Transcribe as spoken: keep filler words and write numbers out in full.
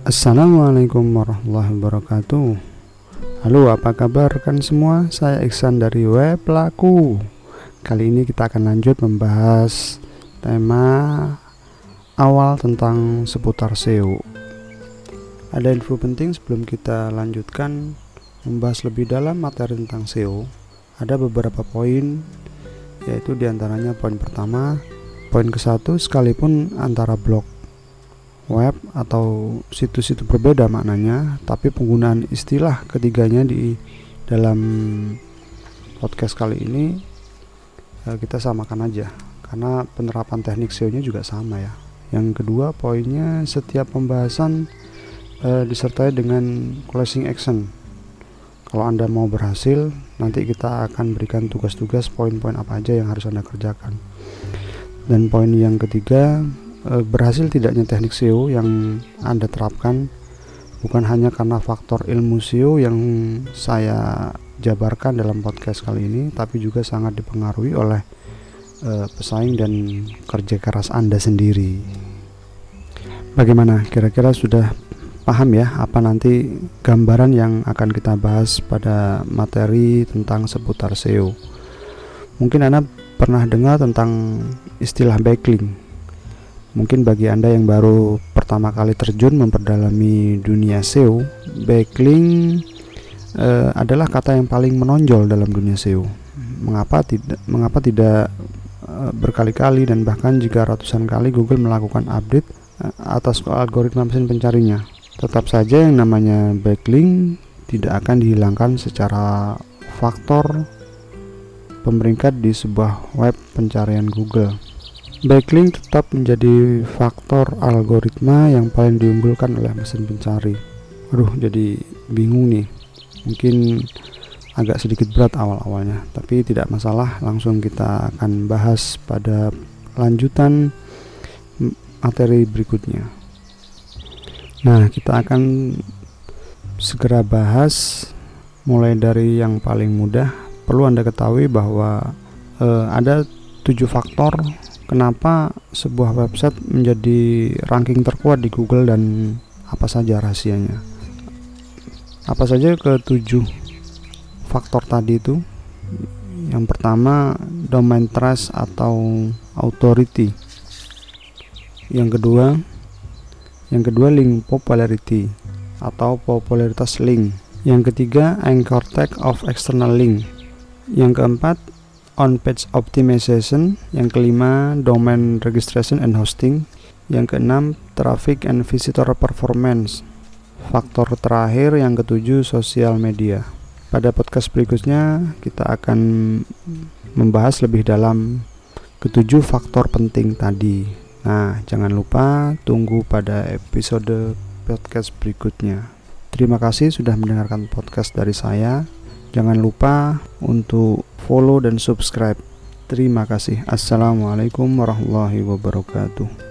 Assalamualaikum warahmatullahi wabarakatuh. Halo, apa kabar kan semua? Saya Iksan dari Web Laku. Kali ini kita akan lanjut membahas tema awal tentang seputar S E O. Ada info penting sebelum kita lanjutkan membahas lebih dalam materi tentang S E O. Ada beberapa poin, yaitu diantaranya poin pertama, poin ke satu, sekalipun antara blog web atau situs itu berbeda maknanya, tapi penggunaan istilah ketiganya di dalam podcast kali ini eh, kita samakan aja, karena penerapan teknik S E O-nya juga sama ya. Yang kedua poinnya, setiap pembahasan eh, disertai dengan closing action. Kalau Anda mau berhasil, nanti kita akan berikan tugas-tugas poin-poin apa aja yang harus Anda kerjakan. Dan poin yang ketiga, berhasil tidaknya teknik S E O yang Anda terapkan bukan hanya karena faktor ilmu S E O yang saya jabarkan dalam podcast kali ini, tapi juga sangat dipengaruhi oleh uh, pesaing dan kerja keras Anda sendiri. Bagaimana? Kira-kira sudah paham ya apa nanti gambaran yang akan kita bahas pada materi tentang seputar S E O? Mungkin Anda pernah dengar tentang istilah backlink. Mungkin bagi Anda yang baru pertama kali terjun memperdalami dunia S E O, backlink eh, adalah kata yang paling menonjol dalam dunia S E O. Mengapa tidak mengapa tidak eh, berkali-kali dan bahkan jika ratusan kali Google melakukan update eh, atas algoritma mesin pencarinya. Tetap saja yang namanya backlink tidak akan dihilangkan secara faktor pemeringkat di sebuah web pencarian Google. Backlink tetap menjadi faktor algoritma yang paling diunggulkan oleh mesin pencari. Aduh, jadi bingung nih. Mungkin agak sedikit berat awal-awalnya, tapi tidak masalah, langsung kita akan bahas pada lanjutan materi berikutnya. Nah, kita akan segera bahas mulai dari yang paling mudah. Perlu Anda ketahui bahwa eh, ada tujuh faktor kenapa sebuah website menjadi ranking terkuat di Google dan apa saja rahasianya. Apa saja ketujuh faktor tadi itu? Yang pertama, domain trust atau authority. Yang kedua, yang kedua link popularity atau popularitas link. Yang ketiga, anchor tag of external link. Yang keempat, on-page optimization. Yang kelima, domain registration and hosting. Yang keenam, traffic and visitor performance. Faktor terakhir yang ketujuh, sosial media. Pada podcast berikutnya kita akan membahas lebih dalam ketujuh faktor penting tadi. Nah, jangan lupa tunggu pada episode podcast berikutnya. Terima kasih sudah mendengarkan podcast dari saya. Jangan lupa untuk follow dan subscribe. Terima kasih. Assalamualaikum warahmatullahi wabarakatuh.